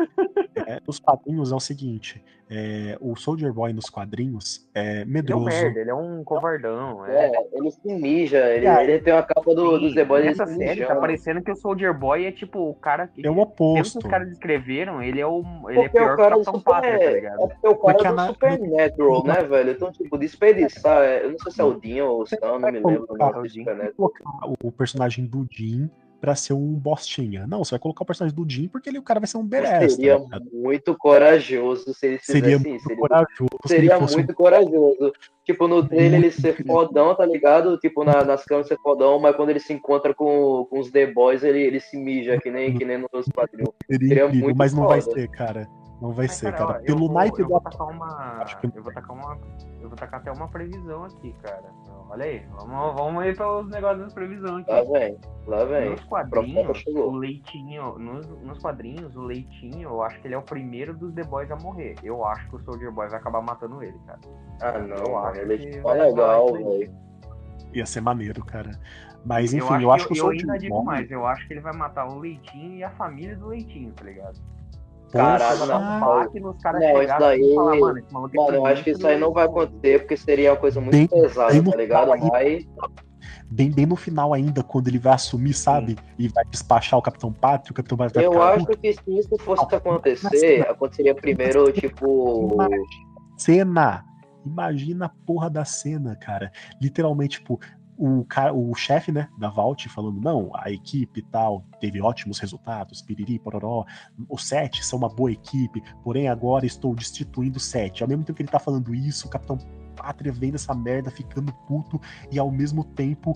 É, os quadrinhos é o seguinte: é, o Soldier Boy nos quadrinhos é Ele é um medroso. merda, ele é um covardão. É. É, ele se mija, ele, E aí? ele tem uma capa do, Sim, dos The Boys, ele nessa se série tá mijando. parecendo que o Soldier Boy é tipo o cara que. É o Pelo que oposto. os caras descreveram, ele é o. Ele é Porque pior o que o cara do Capitão super, Pátria, tá é ligado? porque o cara Porque a do na- Supernatural, né, velho? Então, tipo, desperdiçar, é, eu não sei se é o Dean ou o Sam, não me lembro o nome do Dean. Supernatural. Colocar o personagem do Jim pra ser um bostinha. Não, você vai colocar o personagem do Jim porque ele, o cara vai ser um badass. Seria tá ligado? muito corajoso se eles Seria fizessem muito isso. Seria, corajoso se seria ele fosse muito corajoso. Tipo, no trailer ele Muito ser incrível. fodão, tá ligado? Tipo, na, nas câmeras ser fodão, mas quando ele se encontra com, com os The Boys, ele, ele se mija, que nem, que nem nos quadrinhos. um, seria Seria incrível, muito mas não vai foda. ser, cara. Não vai Mas, ser, cara, cara. ó, Pelo eu vou, naipe eu do vou tacar uma. acho que não Eu vou tacar uma. Eu vou tacar até uma previsão aqui, cara. Olha aí, vamos, vamos ir pelos negócios das previsões aqui. Lá vem, lá vem. Nos O profeta quadrinhos, chegou. o Leitinho, nos, nos quadrinhos, o Leitinho, eu acho que ele é o primeiro dos The Boys a morrer. Eu acho que o Soldier Boy vai acabar matando ele, cara. Ah, não, Eu mano, acho ele que é vai legal, rolar isso aí. velho. Ia ser maneiro, cara. Mas enfim, eu acho, eu acho que que eu, o eu ainda Soldier digo Boy... mais, eu acho que ele vai matar o Leitinho e a família do Leitinho, tá ligado? Caralho, Vai dar um não. baque nos caras Não, isso chegarem assim e falar, daí. mano, esse maluco é Mano, eu acho que isso aí não vai sinistro. acontecer, porque seria uma coisa muito Bem, bem pesada, no tá ligado? final aí, Mas. bem, bem no final ainda, quando ele vai assumir, sabe? E vai despachar o Capitão Pátria, o Capitão Pátria vai Eu ficar acho puto. que se isso fosse Não, imagina a acontecer, cena. aconteceria primeiro, tipo. Cena! Imagina a porra da cena, cara. Literalmente, tipo, o, cara, o chefe, né, da Vault falando, não, a equipe e tal teve ótimos resultados, piriri, pororó, os sete são uma boa equipe, porém agora estou destituindo o sete. Ao mesmo tempo que ele tá falando isso, o Capitão Pátria vendo essa merda, ficando puto, e ao mesmo tempo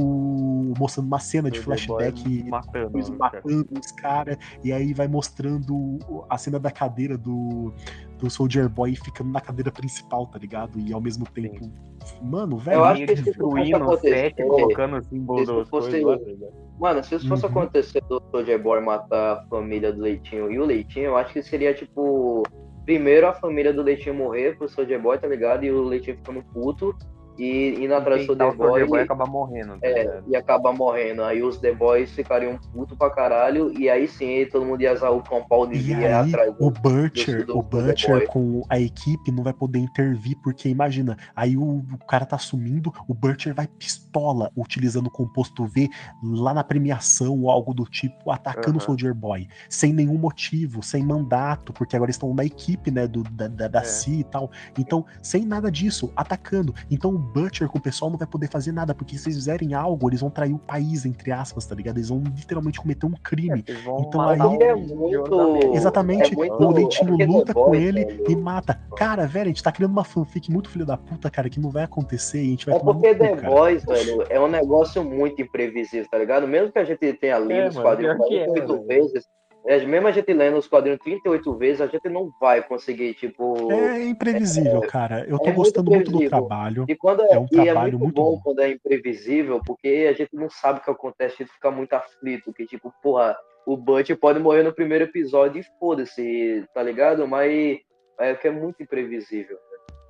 o mostrando uma cena de flashback matando, os matando os caras, e aí vai mostrando a cena da cadeira do, do Soldier Boy ficando na cadeira principal, tá ligado? E ao mesmo tempo, sim. Mano, velho, eu acho que se isso fosse acontecer, colocando o símbolo dos fosse, coisas, mano, se isso fosse uhum. acontecer do Soldier Boy matar a família do Leitinho e o Leitinho, eu acho que seria tipo primeiro a família do Leitinho morrer pro Soldier Boy, tá ligado? E o Leitinho ficando puto e indo atrás do Soldier Boy, Soldier Boy e acabar morrendo, tá é, e acabar morrendo. Aí os The Boys ficariam puto pra caralho e aí sim todo mundo ia usar o compound e aí, atrás do, o Butcher, do, do, o Butcher com a equipe não vai poder intervir, porque imagina, aí o, o cara tá sumindo, o Butcher vai pistola utilizando o composto V lá na premiação ou algo do tipo, atacando uhum. o Soldier Boy, sem nenhum motivo, sem mandato, porque agora estão na equipe, né, do, da, da, da é. C I e tal, então sem nada disso, atacando. Então o Butcher com o pessoal não vai poder fazer nada, porque se eles fizerem algo, eles vão trair o país, entre aspas, tá ligado? Eles vão literalmente cometer um crime. É, então aí. É muito... Exatamente, é muito... o Leitinho é luta boy, com ele velho. e mata. Cara, velho, a gente tá criando uma fanfic muito filho da puta, cara, que não vai acontecer e a gente vai É tomar porque no cu, The cara. Boys, velho, é um negócio muito imprevisível, tá ligado? Mesmo que a gente tenha lido é, os quadrinhos quarenta e oito é, vezes, é, mesmo a gente lendo os quadrinhos trinta e oito vezes, a gente não vai conseguir, tipo... É imprevisível, é, cara. Eu tô é gostando muito, muito do trabalho. E, quando é, é um e trabalho é muito, muito bom, bom quando é imprevisível, porque a gente não sabe o que acontece, a gente fica muito aflito, que tipo, porra, o Butch pode morrer no primeiro episódio e foda-se, tá ligado? Mas é que é muito imprevisível.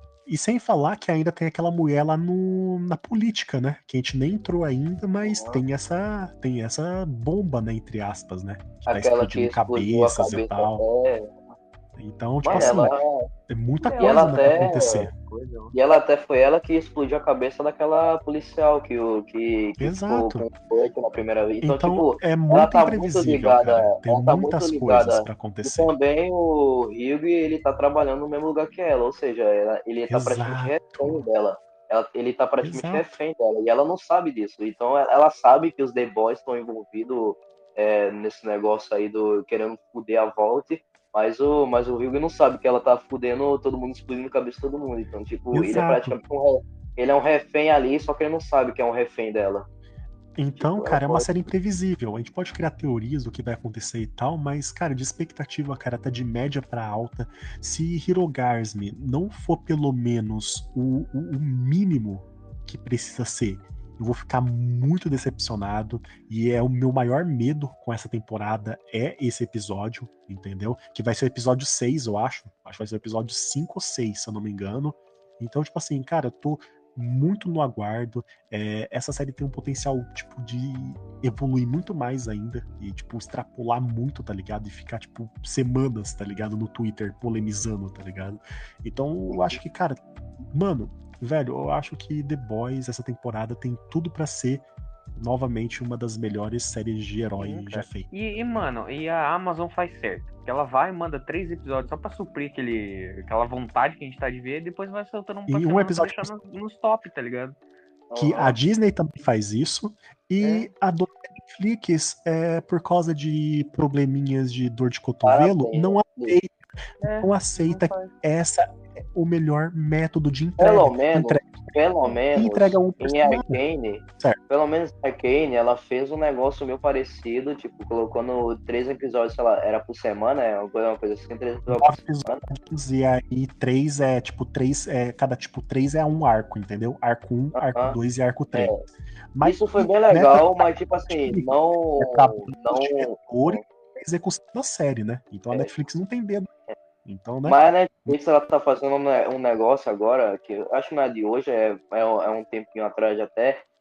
E sem falar que ainda tem aquela mulher lá no, na política, né? Que a gente nem entrou ainda, mas uhum. tem essa tem essa bomba, né? Entre aspas, né? Que Aquela tá explodindo que cabeças cabeça e tal. É... Então, tipo Mas assim, ela... tem muita e coisa ela né, até... pra acontecer. E ela até foi ela que explodiu a cabeça daquela policial que, o, que, que ficou com o Butch na primeira vez. Então, então tipo, é muito ela tá imprevisível, muito ligada. cara. Tem ela tá muitas muito coisas ligada. pra acontecer. E também o Hugh, ele tá trabalhando no mesmo lugar que ela, ou seja, ela, ele tá Exato. praticamente refém dela. Ela, ele tá praticamente Exato. refém dela, e ela não sabe disso. Então ela sabe que os The Boys estão envolvidos é, nesse negócio aí do querendo fuder a Vault, mas o, mas o Hugh não sabe que ela tá fudendo todo mundo, explodindo a cabeça de todo mundo. Então, tipo, Exato. ele é praticamente um, ele é um refém ali, só que ele não sabe que é um refém dela. Então, tipo, cara, é uma série imprevisível. A gente pode criar teorias do que vai acontecer e tal, mas, cara, de expectativa, cara, tá de média pra alta. Se Hirogasmi não for pelo menos o, o, o mínimo que precisa ser, eu vou ficar muito decepcionado. E é o meu maior medo com essa temporada é esse episódio, entendeu? Que vai ser o episódio seis, eu acho. Acho que vai ser o episódio cinco ou seis, se eu não me engano. Então, tipo assim, cara, eu tô muito no aguardo. É, essa série tem um potencial, tipo, de evoluir muito mais ainda e, tipo, extrapolar muito, tá ligado? E ficar, tipo, semanas, tá ligado? No Twitter polemizando, tá ligado? Então, eu acho que, cara, mano, velho, eu acho que The Boys, essa temporada, tem tudo pra ser novamente uma das melhores séries de herói Sim, já feitas. E, e, mano, e a Amazon faz certo. Que ela vai e manda três episódios só pra suprir aquele, aquela vontade que a gente tá de ver, e depois vai soltando um e um episódio pra deixar nos, nos top, tá ligado? Que uhum. a Disney também faz isso, e é. a do Netflix, é, por causa de probleminhas de dor de cotovelo, ah, não aceita, é, não aceita não essa é o melhor método de entrega. Pelo menos, entrega, pelo menos entrega um em Arcane, pelo menos em Arcane, ela fez um negócio meio parecido, tipo, colocando três episódios, sei lá, era por semana, é uma coisa, uma coisa assim, três episódios por semana. E aí três é, tipo, três, é, cada tipo três é um arco, entendeu? Arco um, uh-huh. arco dois e arco três. É. Mas isso foi bem legal, né, mas tipo assim, não... não... não... execução da série, né? Então a é. Netflix não tem medo. Então, né? Mas a Netflix, ela tá fazendo um negócio agora, que eu acho que não é de hoje, é, é um tempinho atrás até,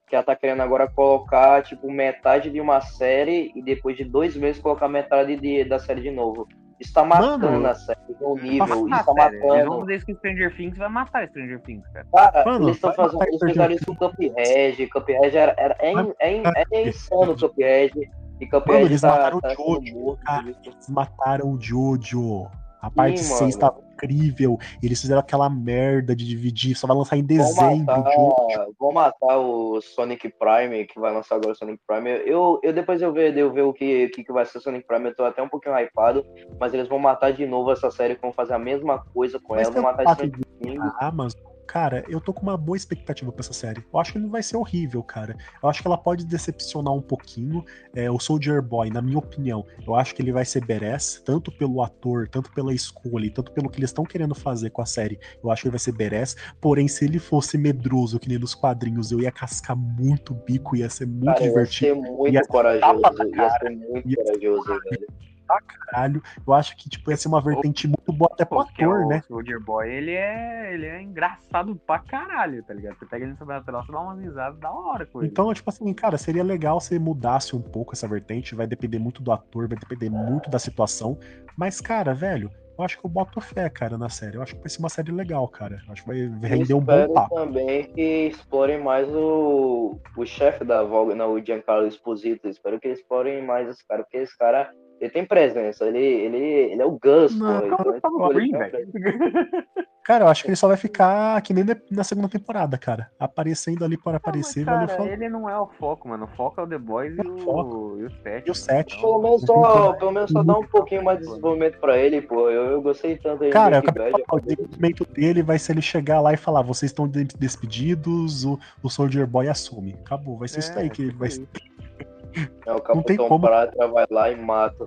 que ela tá querendo agora colocar, tipo, metade de uma série e depois de dois meses colocar metade de, da série de novo. Isso tá matando Mano, a série no nível, Ah, isso tá sério, Eles vão matando. fazer isso com Stranger Things, vai matar Stranger Things, cara. Cara, Mano, eles estão vai fazendo, matar eles Stranger fizeram isso com Cuphead, Cuphead era, era, é, in- é, in- Vai- é insano o Cuphead, e Mano, Cuphead eles tá, mataram tá o sendo Jojo, morto por cara. isso. Eles mataram o Jojo. A parte Sim, seis mano. tava incrível. Eles fizeram aquela merda de dividir. Só vai lançar em Vão dezembro matar, o Jojo. vão matar o Sonic Prime, que vai lançar agora o Sonic Prime. Eu, eu depois eu ver, eu ver o que, que, que vai ser o Sonic Prime, eu tô até um pouquinho hypado, mas eles vão matar de novo essa série, vão fazer a mesma coisa com Mas ela, tem vão o matar fato Stranger de Things. a Amazon, cara, eu tô com uma boa expectativa pra essa série. Eu acho que não vai ser horrível, cara. Eu acho que ela pode decepcionar um pouquinho. É, o Soldier Boy, na minha opinião, eu acho que ele vai ser badass, tanto pelo ator, tanto pela escolha, e tanto pelo que eles estão querendo fazer com a série. Eu acho que ele vai ser badass. Porém, se ele fosse medroso, que nem nos quadrinhos, eu ia cascar muito o bico, ia ser muito Cara, ia divertido. ser muito Ia ser corajoso, tapa na ia cara, ser muito ia ser corajoso, velho. pra caralho. Eu acho que tipo, ia ser uma vertente muito boa até pro Porque ator, o né? Soldier Boy, ele é, ele é engraçado pra caralho, tá ligado? Você pega ele no sobrenatural, você dá umas risadas da hora com ele. Então, tipo assim, cara, seria legal se mudasse um pouco essa vertente. Vai depender muito do ator, vai depender muito da situação. Mas, cara, velho, eu acho que eu boto fé, cara, na série. Eu acho que vai ser uma série legal, cara. Eu acho que vai render um bom Espero papo. também que explorem mais o, o chefe da Vogue, não, o Giancarlo Esposito. Espero que eles explorem mais esse cara, porque esse cara, ele tem presença, ele, ele, ele é o Gus, Não, pô. Então, tipo, ele Green, tem uma velho. presença. Cara, eu acho que ele só vai ficar que nem na segunda temporada, cara. Aparecendo ali por Não, mas, aparecer, valeu, cara, falou. ele não é o foco, mano. O foco é o The Boys e o, foco. e o Seth. E o Seth. Pelo menos só, pelo menos só dá um pouquinho mais de desenvolvimento pra ele, pô. Eu, eu gostei tanto aí Cara, do eu acabei de Breaking falar, o Bad. desenvolvimento dele vai ser ele chegar lá e falar: vocês estão de- despedidos, o, o Soldier Boy assume. Acabou, vai ser isso daí que ele vai ser. É, o Não tem Capitão como. Prata vai lá e mata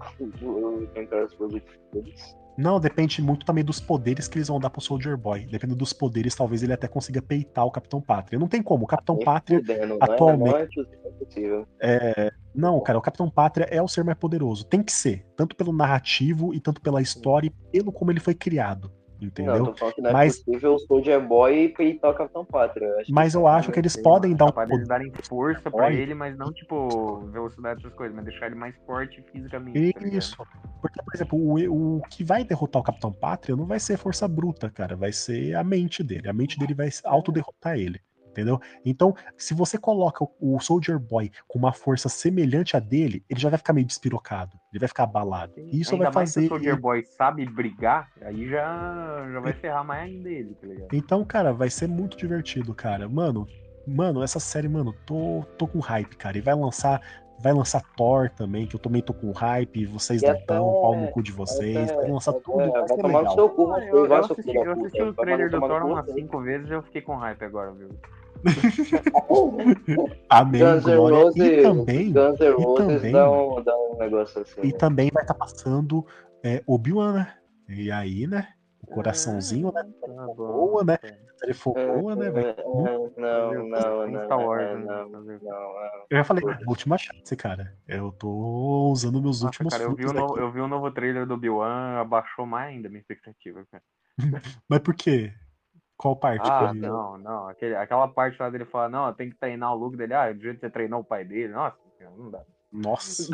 o Giancarlo Esposito. Não, depende muito também dos poderes que eles vão dar pro Soldier Boy. Dependendo dos poderes, talvez ele até consiga peitar o Capitão Pátria. Não tem como. O Capitão Nem Pátria, fudendo, né? atualmente. Não é possível. É... Não, cara, o Capitão Pátria é o ser mais poderoso. Tem que ser. Tanto pelo narrativo e tanto pela história e pelo como ele foi criado. Não, Entendeu? tô falando que não é Mas- possível o Soldier Boy peitar o Capitão Pátria. Eu acho Mas que eu não, acho né? que eles Sei, podem mano, dar um capaz deles poder. darem força pra Olha. ele, mas não, tipo, velocidade dessas coisas, mas deixar ele mais forte fisicamente. tá ligado? Isso. Porque, por exemplo, o, o que vai derrotar o Capitão Pátria não vai ser força bruta, cara. Vai ser a mente dele. A mente dele vai autoderrotar ele. Entendeu? Então, se você coloca o, o Soldier Boy com uma força semelhante à dele, ele já vai ficar meio despirocado. Ele vai ficar abalado. E isso Ainda vai mais se fazer. o Soldier Boy sabe brigar, aí já, já vai ferrar mais ainda ele, tá ligado? Então, cara, vai ser muito divertido, cara. Mano, mano, essa série, mano, tô, tô com hype, cara. E vai lançar. Vai lançar Thor também, que eu também tô com hype, vocês E não até- estão, pau no cu de vocês. Vai lançar até- tudo, vai vai ser tomar no legal. seu cu, Ah, você eu, vai eu seu assisti, filho da eu puta, assisti o vai trailer do tomar no Thor cu umas você. cinco vezes e eu fiquei com hype agora, viu? Amém, Guns N' glória. Roses, E também, Guns N' e Roses também- dá, um, dá um negócio assim. e né? também vai estar passando é, Obi-Wan, né? E aí, né? O coraçãozinho, né? Tá bom, Boa, né? tá. A série for boa, né? Vai... É, é, Não, não, não, Tem não, Star Wars, é, né? não, Fazer o quê? não, é. Eu já falei, última chance, cara. Eu tô usando meus Nossa, últimos cara, eu vi, frutos o novo, aqui. eu vi o novo trailer do Obi-Wan, abaixou mais ainda a minha expectativa, cara. Mas por quê? Qual parte? Ah, que- não, não. Aquele, aquela parte lá dele falar, não, tem que treinar o Luke dele. Ah, do jeito que você treinou o pai dele. Nossa, cara, não dá. Nossa.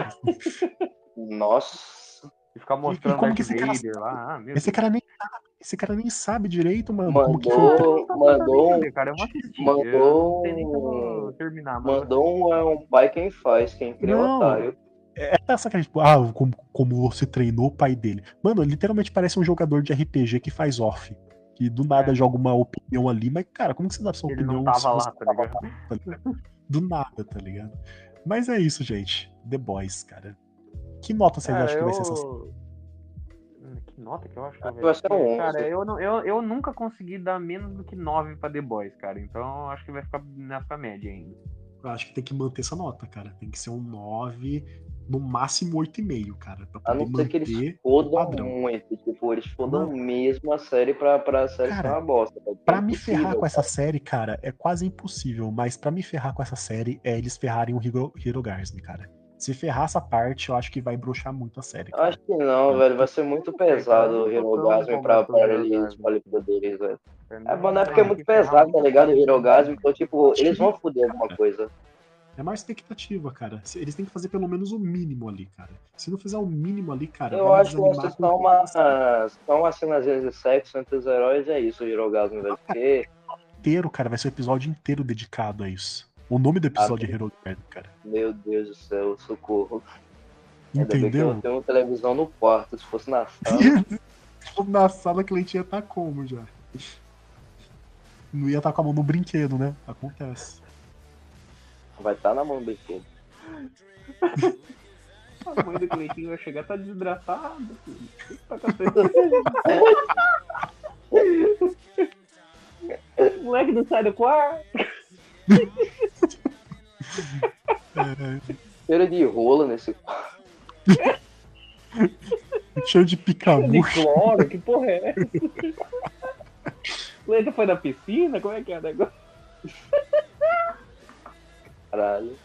Nossa, E ficar mostrando como Darth que esse cara Vader lá. Ah, meu Esse Deus. cara nem sabe. Esse cara nem sabe direito, mano. Como que foi o mandou, Não, mandou, não, cara, eu vou assistir. Eu mandou, não sei nem se eu vou terminar, mas eu vou mandou um, é um pai quem faz, quem cria um Não. otário. É essa que tipo, ah, como, como você treinou o pai dele. Mano, literalmente parece um jogador de R P G que faz off. Que do nada É. joga uma opinião ali, mas, cara, como que você dá sua Ele opinião? não se tava você lá, tá ligado? tá ligado? Do nada, tá ligado? Mas é isso, gente. The Boys, cara. Que nota você Cara, acha que eu... vai ser essa série? Hum, Que nota que eu acho que eu Vai ser um onze. Cara, eu, não, eu, eu nunca consegui dar menos do que nove pra The Boys, cara. Então eu acho que vai ficar nessa média ainda. Eu acho que tem que manter essa nota, cara. Tem que ser um nove, no máximo oito vírgula cinco, cara. Pra A poder não ser que eles manter o fodam padrão. muito, tipo, eles fodam Não. mesmo a série pra, pra série Cara, ser uma bosta. É Pra me impossível, ferrar com essa cara. série, cara, é quase impossível. Mas pra me ferrar com essa série é eles ferrarem o Hiro, Hirogasmi, cara. Se ferrar essa parte, eu acho que vai broxar muito a série. Eu Cara. acho que não, velho. Vai ser muito pesado o Hirogasm pra, pra eles escolher poderes, velho. É, mano, é porque é muito pesado, tá ligado? O Hirogasm, então, tipo, eles vão foder alguma coisa. É mais expectativa, cara. Eles têm que fazer pelo menos o mínimo ali, cara. Se não fizer o mínimo ali, cara. Eu acho que vocês estão uma, são umas cenas de sexo entre os heróis, é isso, o Hirogasm, velho. Porque. Inteiro, cara, vai ser um episódio inteiro dedicado a isso. O nome do episódio ah, é Hirogasm, cara. Meu Deus do céu, socorro. Entendeu? Eu tenho televisão no quarto, se fosse na sala. Na sala que a gente ia estar como já? Não ia estar com a mão no brinquedo, né? Acontece. Vai estar na mão do brinquedo. A mãe do Cleitinho vai chegar, tá desgraçada. O que tá acontecendo? O moleque não sai do quarto. Cheiro de rola nesse quarto. Cheiro de picabu. De cloro, que porra é essa? O Leite foi na piscina? Como é que é o negócio? Caralho.